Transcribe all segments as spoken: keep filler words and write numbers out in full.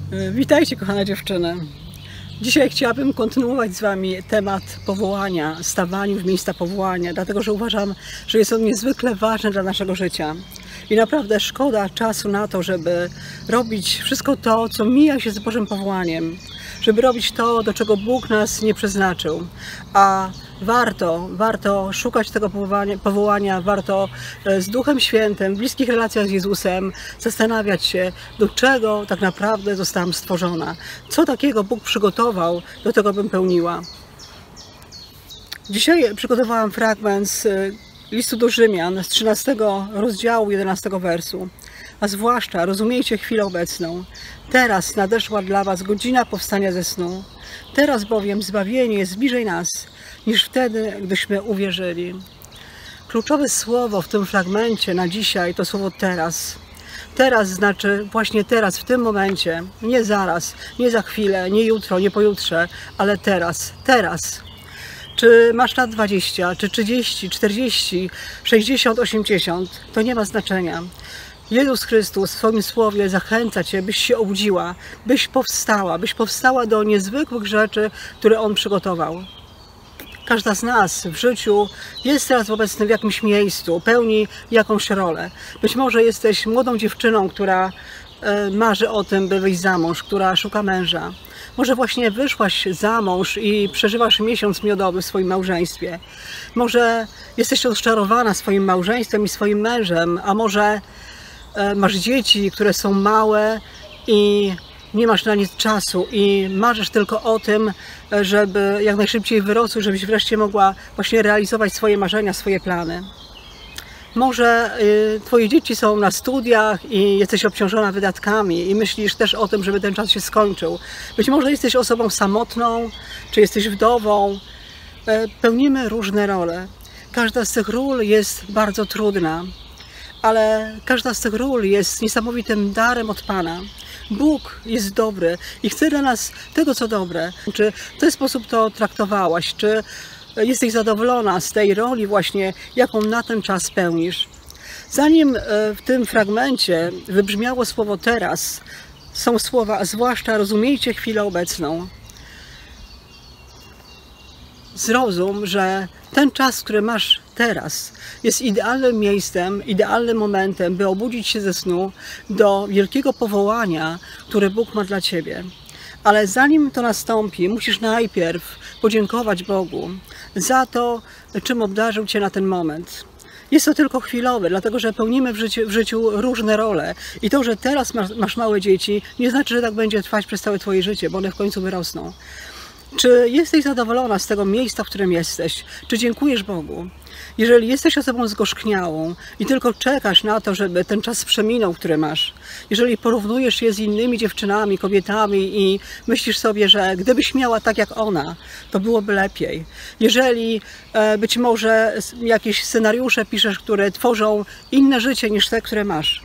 Witajcie, kochane dziewczyny. Dzisiaj chciałabym kontynuować z Wami temat powołania, stawania w miejsca powołania, dlatego że uważam, że jest on niezwykle ważny dla naszego życia. I naprawdę szkoda czasu na to, żeby robić wszystko to, co mija się z Bożym powołaniem, żeby robić to, do czego Bóg nas nie przeznaczył. A warto, warto szukać tego powołania, powołania, warto z Duchem Świętym, w bliskich relacjach z Jezusem zastanawiać się, do czego tak naprawdę zostałam stworzona. Co takiego Bóg przygotował, do tego bym pełniła. Dzisiaj przygotowałam fragment z listu do Rzymian, z trzynastego rozdziału, jedenastego wersu. A zwłaszcza rozumiejcie chwilę obecną. Teraz nadeszła dla was godzina powstania ze snu. Teraz bowiem zbawienie jest bliżej nas, niż wtedy, gdyśmy uwierzyli. Kluczowe słowo w tym fragmencie na dzisiaj to słowo teraz. Teraz znaczy właśnie teraz, w tym momencie, nie zaraz, nie za chwilę, nie jutro, nie pojutrze, ale teraz, teraz. Czy masz lat dwadzieścia, czy trzydzieści, czterdzieści, sześćdziesiąt, osiemdziesiąt, to nie ma znaczenia. Jezus Chrystus w swoim słowie zachęca Cię, byś się obudziła, byś powstała, byś powstała do niezwykłych rzeczy, które On przygotował. Każda z nas w życiu jest teraz obecny w jakimś miejscu, pełni jakąś rolę. Być może jesteś młodą dziewczyną, która marzy o tym, by wyjść za mąż, która szuka męża. Może właśnie wyszłaś za mąż i przeżywasz miesiąc miodowy w swoim małżeństwie. Może jesteś rozczarowana swoim małżeństwem i swoim mężem, a może masz dzieci, które są małe i nie masz na nie czasu i marzysz tylko o tym, żeby jak najszybciej wyrosły, żebyś wreszcie mogła właśnie realizować swoje marzenia, swoje plany. Może y, Twoje dzieci są na studiach i jesteś obciążona wydatkami i myślisz też o tym, żeby ten czas się skończył. Być może jesteś osobą samotną, czy jesteś wdową. Y, pełnimy różne role. Każda z tych ról jest bardzo trudna, ale każda z tych ról jest niesamowitym darem od Pana. Bóg jest dobry i chce dla nas tego, co dobre. Czy w ten sposób to traktowałaś? Czy jesteś zadowolona z tej roli właśnie, jaką na ten czas pełnisz? Zanim w tym fragmencie wybrzmiało słowo teraz, są słowa, a zwłaszcza rozumiejcie chwilę obecną. Zrozum, że ten czas, który masz teraz, jest idealnym miejscem, idealnym momentem, by obudzić się ze snu do wielkiego powołania, które Bóg ma dla Ciebie. Ale zanim to nastąpi, musisz najpierw podziękować Bogu za to, czym obdarzył Cię na ten moment. Jest to tylko chwilowe, dlatego że pełnimy w życiu, w życiu różne role. I to, że teraz masz, masz małe dzieci, nie znaczy, że tak będzie trwać przez całe Twoje życie, bo one w końcu wyrosną. Czy jesteś zadowolona z tego miejsca, w którym jesteś? Czy dziękujesz Bogu? Jeżeli jesteś osobą zgorzkniałą i tylko czekasz na to, żeby ten czas przeminął, który masz, jeżeli porównujesz je z innymi dziewczynami, kobietami i myślisz sobie, że gdybyś miała tak jak ona, to byłoby lepiej. Jeżeli e, być może jakieś scenariusze piszesz, które tworzą inne życie niż te, które masz,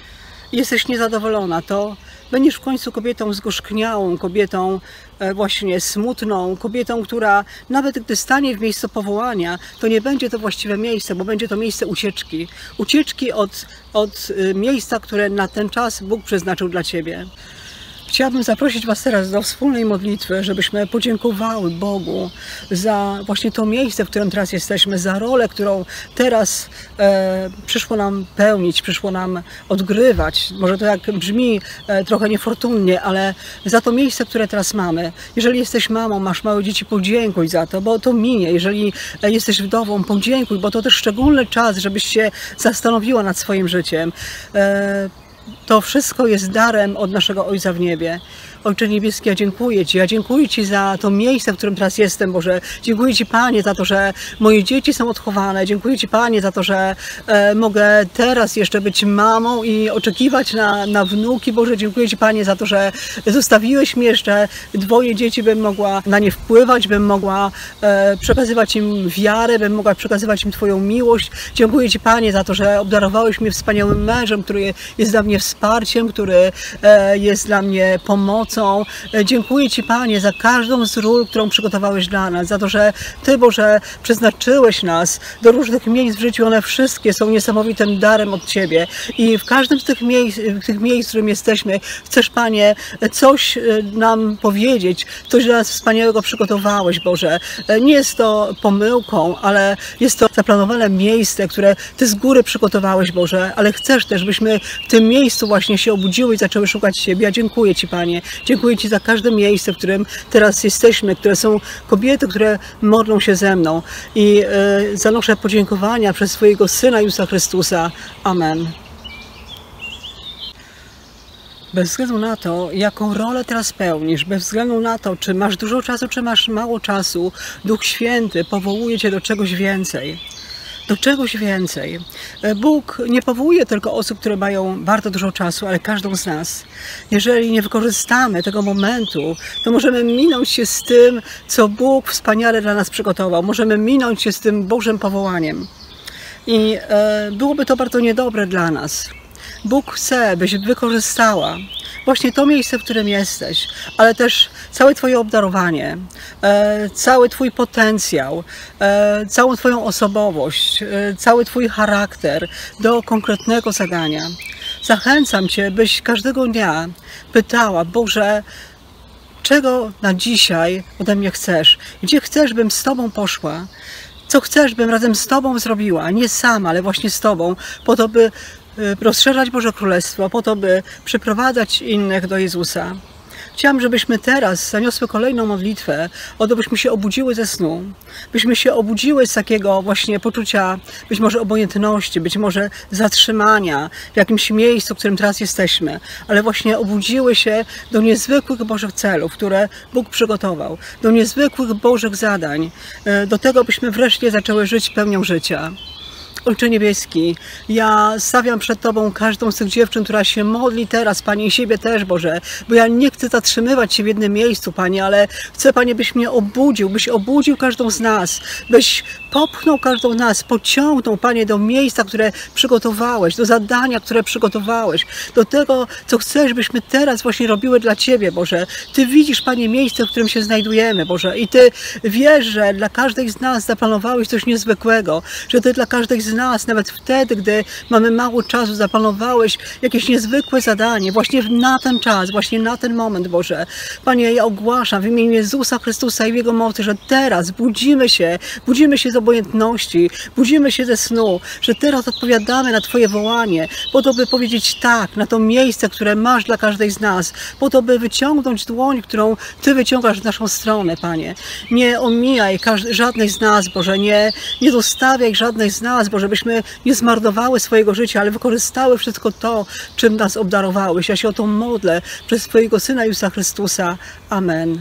i jesteś niezadowolona, to będziesz w końcu kobietą zgorzkniałą, kobietą właśnie smutną, kobietą, która nawet gdy stanie w miejscu powołania, to nie będzie to właściwe miejsce, bo będzie to miejsce ucieczki. Ucieczki od, od miejsca, które na ten czas Bóg przeznaczył dla Ciebie. Chciałabym zaprosić Was teraz do wspólnej modlitwy, żebyśmy podziękowały Bogu za właśnie to miejsce, w którym teraz jesteśmy, za rolę, którą teraz e, przyszło nam pełnić, przyszło nam odgrywać. Może to tak brzmi e, trochę niefortunnie, ale za to miejsce, które teraz mamy. Jeżeli jesteś mamą, masz małe dzieci, podziękuj za to, bo to minie. Jeżeli e, jesteś wdową, podziękuj, bo to też szczególny czas, żebyś się zastanowiła nad swoim życiem. E, To wszystko jest darem od naszego Ojca w niebie. Ojcze Niebieski, ja dziękuję Ci. Ja dziękuję Ci za to miejsce, w którym teraz jestem, Boże. Dziękuję Ci, Panie, za to, że moje dzieci są odchowane. Dziękuję Ci, Panie, za to, że e, mogę teraz jeszcze być mamą i oczekiwać na, na wnuki. Boże, dziękuję Ci, Panie, za to, że zostawiłeś mi jeszcze dwoje dzieci, bym mogła na nie wpływać, bym mogła e, przekazywać im wiarę, bym mogła przekazywać im Twoją miłość. Dziękuję Ci, Panie, za to, że obdarowałeś mnie wspaniałym mężem, który jest dla mnie mnie wsparciem, który e, jest dla mnie pomocą. E, dziękuję Ci, Panie, za każdą z ról, którą przygotowałeś dla nas, za to, że Ty, Boże, przeznaczyłeś nas do różnych miejsc w życiu. One wszystkie są niesamowitym darem od Ciebie i w każdym z tych miejsc, w tych miejsc, w którym jesteśmy, chcesz, Panie, coś nam powiedzieć, coś dla nas wspaniałego przygotowałeś, Boże. Nie jest to pomyłką, ale jest to zaplanowane miejsce, które Ty z góry przygotowałeś, Boże, ale chcesz też, byśmy w tym miejscu właśnie się obudziły i zaczęły szukać Ciebie. Ja dziękuję Ci, Panie. Dziękuję Ci za każde miejsce, w którym teraz jesteśmy, które są kobiety, które modlą się ze mną i e, zanoszę podziękowania przez swojego Syna Jezusa Chrystusa. Amen. Bez względu na to, jaką rolę teraz pełnisz, bez względu na to, czy masz dużo czasu, czy masz mało czasu, Duch Święty powołuje Cię do czegoś więcej. Do czegoś więcej. Bóg nie powołuje tylko osób, które mają bardzo dużo czasu, ale każdą z nas. Jeżeli nie wykorzystamy tego momentu, to możemy minąć się z tym, co Bóg wspaniale dla nas przygotował. Możemy minąć się z tym Bożym powołaniem. I e, byłoby to bardzo niedobre dla nas. Bóg chce, byś wykorzystała właśnie to miejsce, w którym jesteś, ale też całe Twoje obdarowanie, e, cały Twój potencjał, e, całą Twoją osobowość, e, cały Twój charakter do konkretnego zadania. Zachęcam Cię, byś każdego dnia pytała: Boże, czego na dzisiaj ode mnie chcesz? Gdzie chcesz, bym z Tobą poszła? Co chcesz, bym razem z Tobą zrobiła? Nie sama, ale właśnie z Tobą, po to, by rozszerzać Boże Królestwo, po to, by przyprowadzać innych do Jezusa. Chciałam, żebyśmy teraz zaniosły kolejną modlitwę, o to, byśmy się obudziły ze snu, byśmy się obudziły z takiego właśnie poczucia być może obojętności, być może zatrzymania w jakimś miejscu, w którym teraz jesteśmy, ale właśnie obudziły się do niezwykłych Bożych celów, które Bóg przygotował, do niezwykłych Bożych zadań, do tego, byśmy wreszcie zaczęły żyć pełnią życia. Ojcze Niebieski, ja stawiam przed Tobą każdą z tych dziewczyn, która się modli teraz, Panie, i siebie też, Boże, bo ja nie chcę zatrzymywać się w jednym miejscu, Panie, ale chcę, Panie, byś mnie obudził, byś obudził każdą z nas, byś popchnął każdą z nas, pociągnął, Panie, do miejsca, które przygotowałeś, do zadania, które przygotowałeś, do tego, co chcesz, byśmy teraz właśnie robiły dla Ciebie, Boże. Ty widzisz, Panie, miejsce, w którym się znajdujemy, Boże, i Ty wiesz, że dla każdej z nas zaplanowałeś coś niezwykłego, że Ty dla każdej z nas, nawet wtedy, gdy mamy mało czasu, zaplanowałeś jakieś niezwykłe zadanie, właśnie na ten czas, właśnie na ten moment, Boże. Panie, ja ogłaszam w imieniu Jezusa Chrystusa i w Jego mocy, że teraz budzimy się, budzimy się z obojętności, budzimy się ze snu, że teraz odpowiadamy na Twoje wołanie, po to, by powiedzieć tak na to miejsce, które masz dla każdej z nas, po to, by wyciągnąć dłoń, którą Ty wyciągasz w naszą stronę, Panie. Nie omijaj żadnej z nas, Boże, nie, nie zostawiaj żadnej z nas, Boże, żebyśmy nie zmarnowały swojego życia, ale wykorzystały wszystko to, czym nas obdarowałeś. Ja się o to modlę przez Twojego Syna Jezusa Chrystusa. Amen.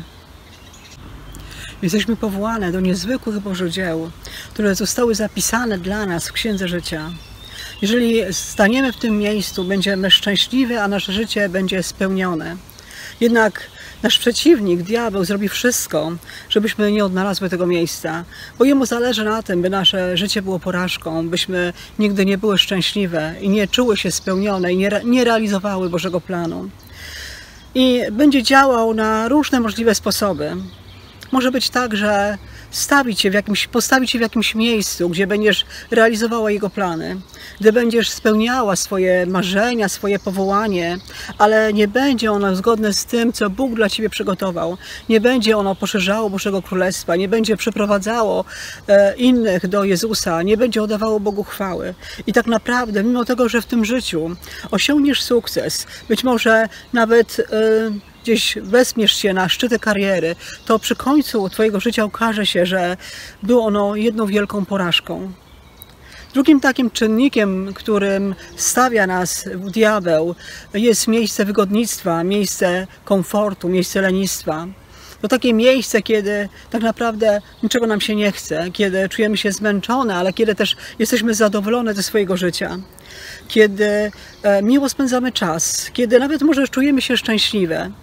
Jesteśmy powołane do niezwykłych Bożych dzieł, które zostały zapisane dla nas w Księdze Życia. Jeżeli staniemy w tym miejscu, będziemy szczęśliwi, a nasze życie będzie spełnione. Jednak nasz przeciwnik, diabeł, zrobi wszystko, żebyśmy nie odnalazły tego miejsca, bo jemu zależy na tym, by nasze życie było porażką, byśmy nigdy nie były szczęśliwe i nie czuły się spełnione i nie, nie realizowały Bożego planu. I będzie działał na różne możliwe sposoby. Może być tak, że stawić się w jakimś, postawić się w jakimś miejscu, gdzie będziesz realizowała Jego plany, gdzie będziesz spełniała swoje marzenia, swoje powołanie, ale nie będzie ono zgodne z tym, co Bóg dla Ciebie przygotował. Nie będzie ono poszerzało Bożego Królestwa, nie będzie przyprowadzało e, innych do Jezusa, nie będzie oddawało Bogu chwały. I tak naprawdę, mimo tego, że w tym życiu osiągniesz sukces, być może nawet e, gdzieś wezmiesz się na szczyty kariery, to przy końcu Twojego życia okaże się, że było ono jedną wielką porażką. Drugim takim czynnikiem, którym stawia nas diabeł, jest miejsce wygodnictwa, miejsce komfortu, miejsce lenistwa. To takie miejsce, kiedy tak naprawdę niczego nam się nie chce, kiedy czujemy się zmęczone, ale kiedy też jesteśmy zadowolone ze swojego życia. Kiedy miło spędzamy czas, kiedy nawet może czujemy się szczęśliwe,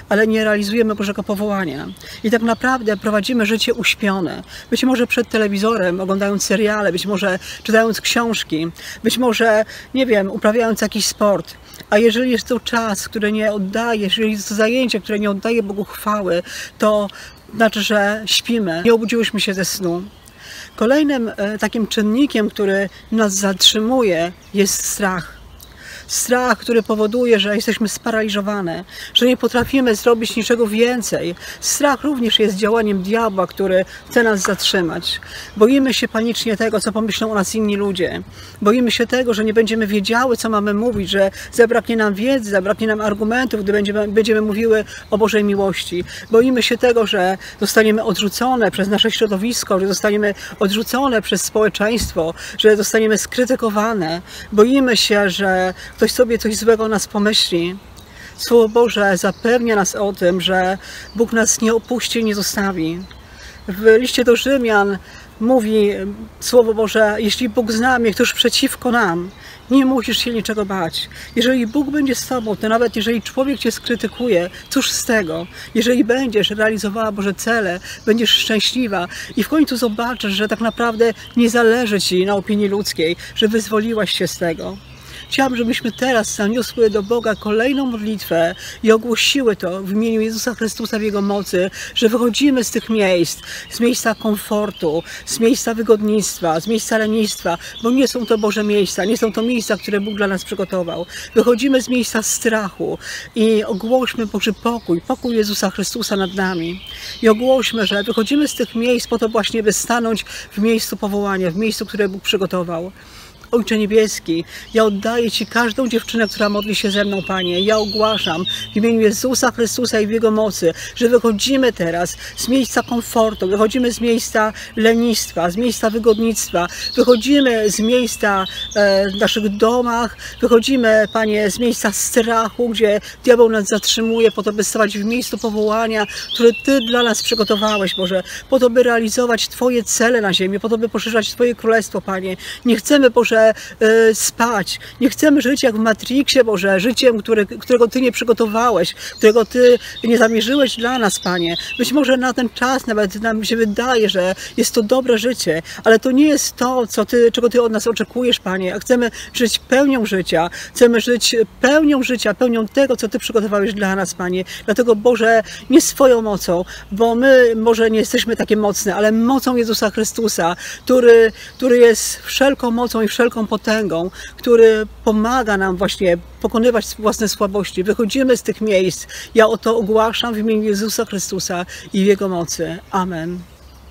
ale nie realizujemy Bożego powołania. I tak naprawdę prowadzimy życie uśpione. Być może przed telewizorem, oglądając seriale, być może czytając książki, być może, nie wiem, uprawiając jakiś sport. A jeżeli jest to czas, który nie oddaje, jeżeli jest to zajęcie, które nie oddaje Bogu chwały, to znaczy, że śpimy, nie obudziłyśmy się ze snu. Kolejnym takim czynnikiem, który nas zatrzymuje, jest strach. Strach, który powoduje, że jesteśmy sparaliżowane, że nie potrafimy zrobić niczego więcej. Strach również jest działaniem diabła, który chce nas zatrzymać. Boimy się panicznie tego, co pomyślą o nas inni ludzie. Boimy się tego, że nie będziemy wiedziały, co mamy mówić, że zabraknie nam wiedzy, zabraknie nam argumentów, gdy będziemy, będziemy mówiły o Bożej miłości. Boimy się tego, że zostaniemy odrzucone przez nasze środowisko, że zostaniemy odrzucone przez społeczeństwo, że zostaniemy skrytykowane. Boimy się, że ktoś sobie coś złego o nas pomyśli. Słowo Boże zapewnia nas o tym, że Bóg nas nie opuści i nie zostawi. W liście do Rzymian mówi Słowo Boże, jeśli Bóg z nami, któż przeciwko nam, nie musisz się niczego bać. Jeżeli Bóg będzie z tobą, to nawet jeżeli człowiek cię skrytykuje, cóż z tego? Jeżeli będziesz realizowała Boże cele, będziesz szczęśliwa i w końcu zobaczysz, że tak naprawdę nie zależy ci na opinii ludzkiej, że wyzwoliłaś się z tego. Chciałam, żebyśmy teraz zaniosły do Boga kolejną modlitwę i ogłosiły to w imieniu Jezusa Chrystusa w Jego mocy, że wychodzimy z tych miejsc, z miejsca komfortu, z miejsca wygodnictwa, z miejsca lenistwa, bo nie są to Boże miejsca, nie są to miejsca, które Bóg dla nas przygotował. Wychodzimy z miejsca strachu i ogłośmy Boży pokój, pokój Jezusa Chrystusa nad nami. I ogłośmy, że wychodzimy z tych miejsc po to właśnie, by stanąć w miejscu powołania, w miejscu, które Bóg przygotował. Ojcze Niebieski, ja oddaję Ci każdą dziewczynę, która modli się ze mną, Panie. Ja ogłaszam w imieniu Jezusa Chrystusa i w Jego mocy, że wychodzimy teraz z miejsca komfortu, wychodzimy z miejsca lenistwa, z miejsca wygodnictwa, wychodzimy z miejsca e, w naszych domach, wychodzimy, Panie, z miejsca strachu, gdzie diabeł nas zatrzymuje, po to, by stawać w miejscu powołania, które Ty dla nas przygotowałeś, Boże, po to, by realizować Twoje cele na ziemi, po to, by poszerzać Twoje królestwo, Panie. Nie chcemy, Boże, y, spać. Nie chcemy żyć jak w Matrixie, Boże, życiem, które, którego Ty nie przygotowałeś, którego Ty nie zamierzyłeś dla nas, Panie. Być może na ten czas nawet nam się wydaje, że jest to dobre życie, ale to nie jest to, co ty, czego Ty od nas oczekujesz, Panie. A chcemy żyć pełnią życia. Chcemy żyć pełnią życia, pełnią tego, co Ty przygotowałeś dla nas, Panie. Dlatego, Boże, nie swoją mocą, bo my może nie jesteśmy takie mocne, ale mocą Jezusa Chrystusa, który, który jest wszelką mocą i wszelką potęgą, który pomaga nam właśnie pokonywać własne słabości. Wychodzimy z tych miejsc. Ja o to ogłaszam w imieniu Jezusa Chrystusa i w Jego mocy. Amen.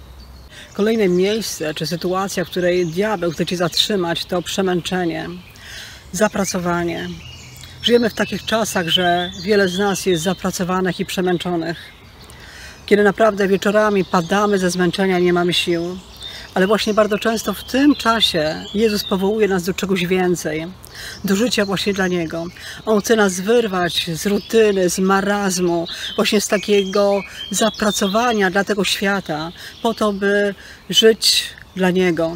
Kolejne miejsce, czy sytuacja, w której diabeł chce Cię zatrzymać, to przemęczenie, zapracowanie. Żyjemy w takich czasach, że wiele z nas jest zapracowanych i przemęczonych. Kiedy naprawdę wieczorami padamy ze zmęczenia, nie mamy sił. Ale właśnie bardzo często w tym czasie Jezus powołuje nas do czegoś więcej, do życia właśnie dla Niego. On chce nas wyrwać z rutyny, z marazmu, właśnie z takiego zapracowania dla tego świata, po to, by żyć dla Niego.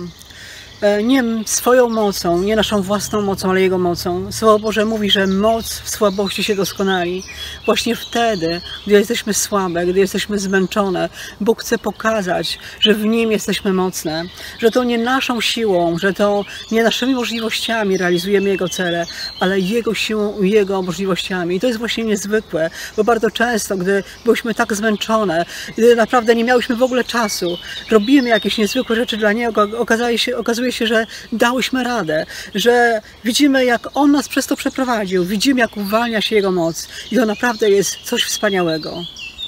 Nie swoją mocą, nie naszą własną mocą, ale Jego mocą. Słowo Boże mówi, że moc w słabości się doskonali. Właśnie wtedy, gdy jesteśmy słabe, gdy jesteśmy zmęczone, Bóg chce pokazać, że w Nim jesteśmy mocne, że to nie naszą siłą, że to nie naszymi możliwościami realizujemy Jego cele, ale Jego siłą i Jego możliwościami. I to jest właśnie niezwykłe, bo bardzo często, gdy byliśmy tak zmęczone, gdy naprawdę nie miałyśmy w ogóle czasu, robimy jakieś niezwykłe rzeczy dla Niego, okazuje się, okazuje się, że dałyśmy radę, że widzimy, jak On nas przez to przeprowadził, widzimy, jak uwalnia się Jego moc i to naprawdę jest coś wspaniałego.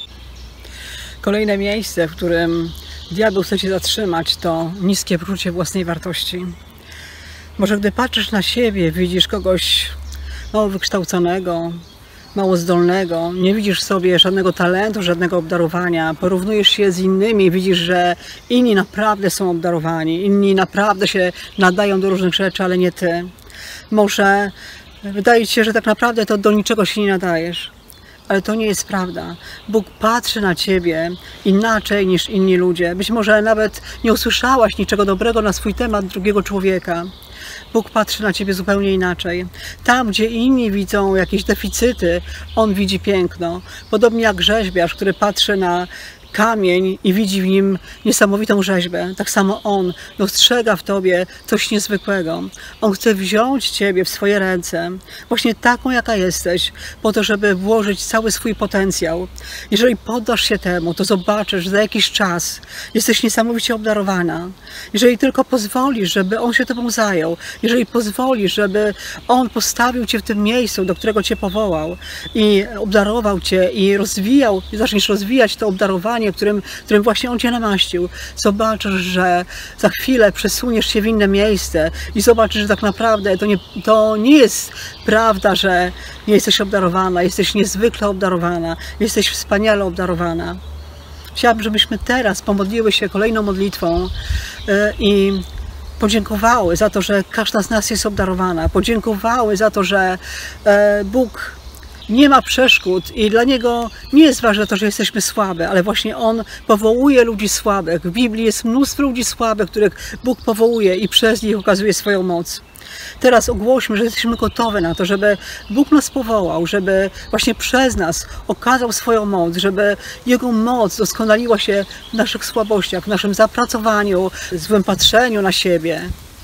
Kolejne miejsce, w którym diabeł chce Cię zatrzymać, to niskie poczucie własnej wartości. Może gdy patrzysz na siebie, widzisz kogoś mało wykształconego, mało zdolnego, nie widzisz sobie żadnego talentu, żadnego obdarowania, porównujesz się z innymi, widzisz, że inni naprawdę są obdarowani, inni naprawdę się nadają do różnych rzeczy, ale nie Ty. Może wydaje Ci się, że tak naprawdę to do niczego się nie nadajesz, ale to nie jest prawda. Bóg patrzy na Ciebie inaczej niż inni ludzie. Być może nawet nie usłyszałaś niczego dobrego na swój temat drugiego człowieka, Bóg patrzy na ciebie zupełnie inaczej. Tam, gdzie inni widzą jakieś deficyty, On widzi piękno. Podobnie jak rzeźbiarz, który patrzy na kamień i widzi w nim niesamowitą rzeźbę. Tak samo On dostrzega w tobie coś niezwykłego. On chce wziąć ciebie w swoje ręce, właśnie taką, jaka jesteś, po to, żeby włożyć cały swój potencjał. Jeżeli poddasz się temu, to zobaczysz, że za jakiś czas jesteś niesamowicie obdarowana. Jeżeli tylko pozwolisz, żeby On się tobą zajął, jeżeli pozwolisz, żeby On postawił cię w tym miejscu, do którego cię powołał i obdarował cię i rozwijał, i zaczniesz rozwijać to obdarowanie, Którym, którym właśnie On cię namaścił, zobaczysz, że za chwilę przesuniesz się w inne miejsce i zobaczysz, że tak naprawdę to nie, to nie jest prawda, że nie jesteś obdarowana, jesteś niezwykle obdarowana, jesteś wspaniale obdarowana. Chciałabym, żebyśmy teraz pomodliły się kolejną modlitwą i podziękowały za to, że każda z nas jest obdarowana, podziękowały za to, że Bóg nie ma przeszkód i dla Niego nie jest ważne to, że jesteśmy słabe, ale właśnie On powołuje ludzi słabych. W Biblii jest mnóstwo ludzi słabych, których Bóg powołuje i przez nich okazuje swoją moc. Teraz ogłośmy, że jesteśmy gotowe na to, żeby Bóg nas powołał, żeby właśnie przez nas okazał swoją moc, żeby Jego moc doskonaliła się w naszych słabościach, w naszym zapracowaniu, złym patrzeniu na siebie.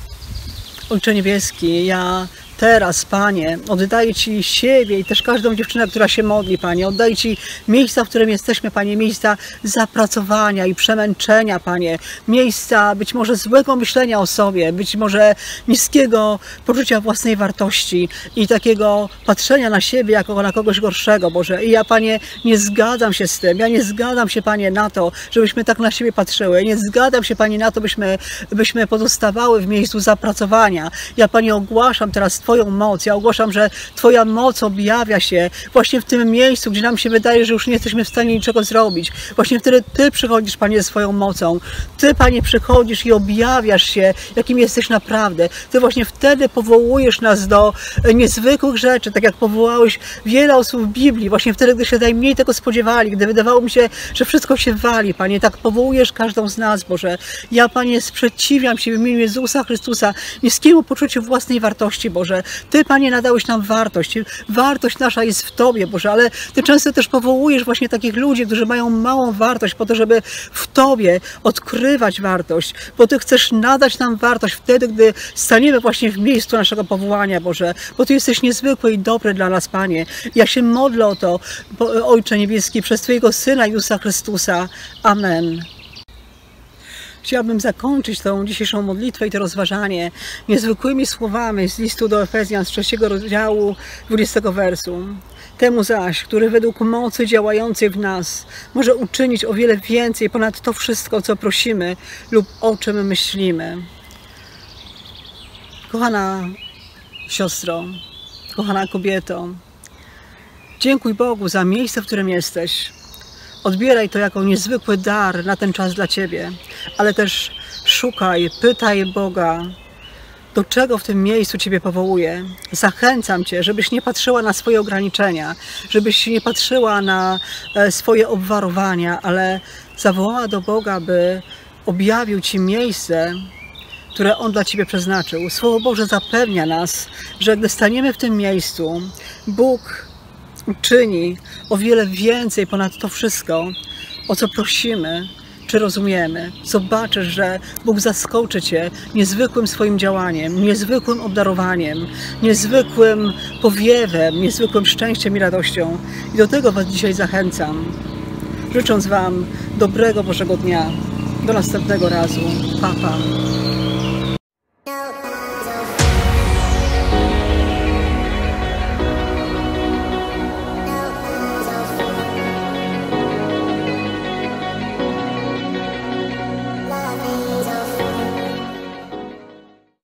Ojcze Niebieski, ja teraz, Panie, oddaję Ci siebie i też każdą dziewczynę, która się modli, Panie. Oddaję Ci miejsca, w którym jesteśmy, Panie, miejsca zapracowania i przemęczenia, Panie. Miejsca być może złego myślenia o sobie, być może niskiego poczucia własnej wartości i takiego patrzenia na siebie jako na kogoś gorszego, Boże. I ja, Panie, nie zgadzam się z tym. Ja nie zgadzam się, Panie, na to, żebyśmy tak na siebie patrzyły. Ja nie zgadzam się, Panie, na to, byśmy, byśmy pozostawały w miejscu zapracowania. Ja, Panie, ogłaszam teraz Twoją moc. Ja ogłaszam, że Twoja moc objawia się właśnie w tym miejscu, gdzie nam się wydaje, że już nie jesteśmy w stanie niczego zrobić. Właśnie wtedy Ty przychodzisz, Panie, ze swoją mocą. Ty, Panie, przychodzisz i objawiasz się, jakim jesteś naprawdę. Ty właśnie wtedy powołujesz nas do niezwykłych rzeczy, tak jak powołałeś wiele osób w Biblii. Właśnie wtedy, gdy się najmniej tego spodziewali, gdy wydawało mi się, że wszystko się wali, Panie. Tak powołujesz każdą z nas, Boże. Ja, Panie, sprzeciwiam się w imieniu Jezusa Chrystusa niskiemu poczuciu własnej wartości, Boże. Ty, Panie, nadałeś nam wartość. Wartość nasza jest w Tobie, Boże, ale Ty często też powołujesz właśnie takich ludzi, którzy mają małą wartość po to, żeby w Tobie odkrywać wartość, bo Ty chcesz nadać nam wartość wtedy, gdy staniemy właśnie w miejscu naszego powołania, Boże, bo Ty jesteś niezwykły i dobry dla nas, Panie. Ja się modlę o to, Ojcze Niebieski, przez Twojego Syna Jezusa Chrystusa. Amen. Chciałabym zakończyć tą dzisiejszą modlitwę i to rozważanie niezwykłymi słowami z listu do Efezjan z trzeciego rozdziału dwudziestego wersu. Temu zaś, który według mocy działającej w nas może uczynić o wiele więcej ponad to wszystko, co prosimy lub o czym myślimy. Kochana siostro, kochana kobieto, dziękuj Bogu za miejsce, w którym jesteś. Odbieraj to jako niezwykły dar na ten czas dla Ciebie, ale też szukaj, pytaj Boga, do czego w tym miejscu Ciebie powołuje. Zachęcam Cię, żebyś nie patrzyła na swoje ograniczenia, żebyś nie patrzyła na swoje obwarowania, ale zawołała do Boga, by objawił Ci miejsce, które On dla Ciebie przeznaczył. Słowo Boże zapewnia nas, że gdy staniemy w tym miejscu, Bóg uczyni o wiele więcej ponad to wszystko, o co prosimy, czy rozumiemy. Zobaczysz, że Bóg zaskoczy Cię niezwykłym swoim działaniem, niezwykłym obdarowaniem, niezwykłym powiewem, niezwykłym szczęściem i radością. I do tego Was dzisiaj zachęcam, życząc Wam dobrego Bożego dnia. Do następnego razu. Pa, pa.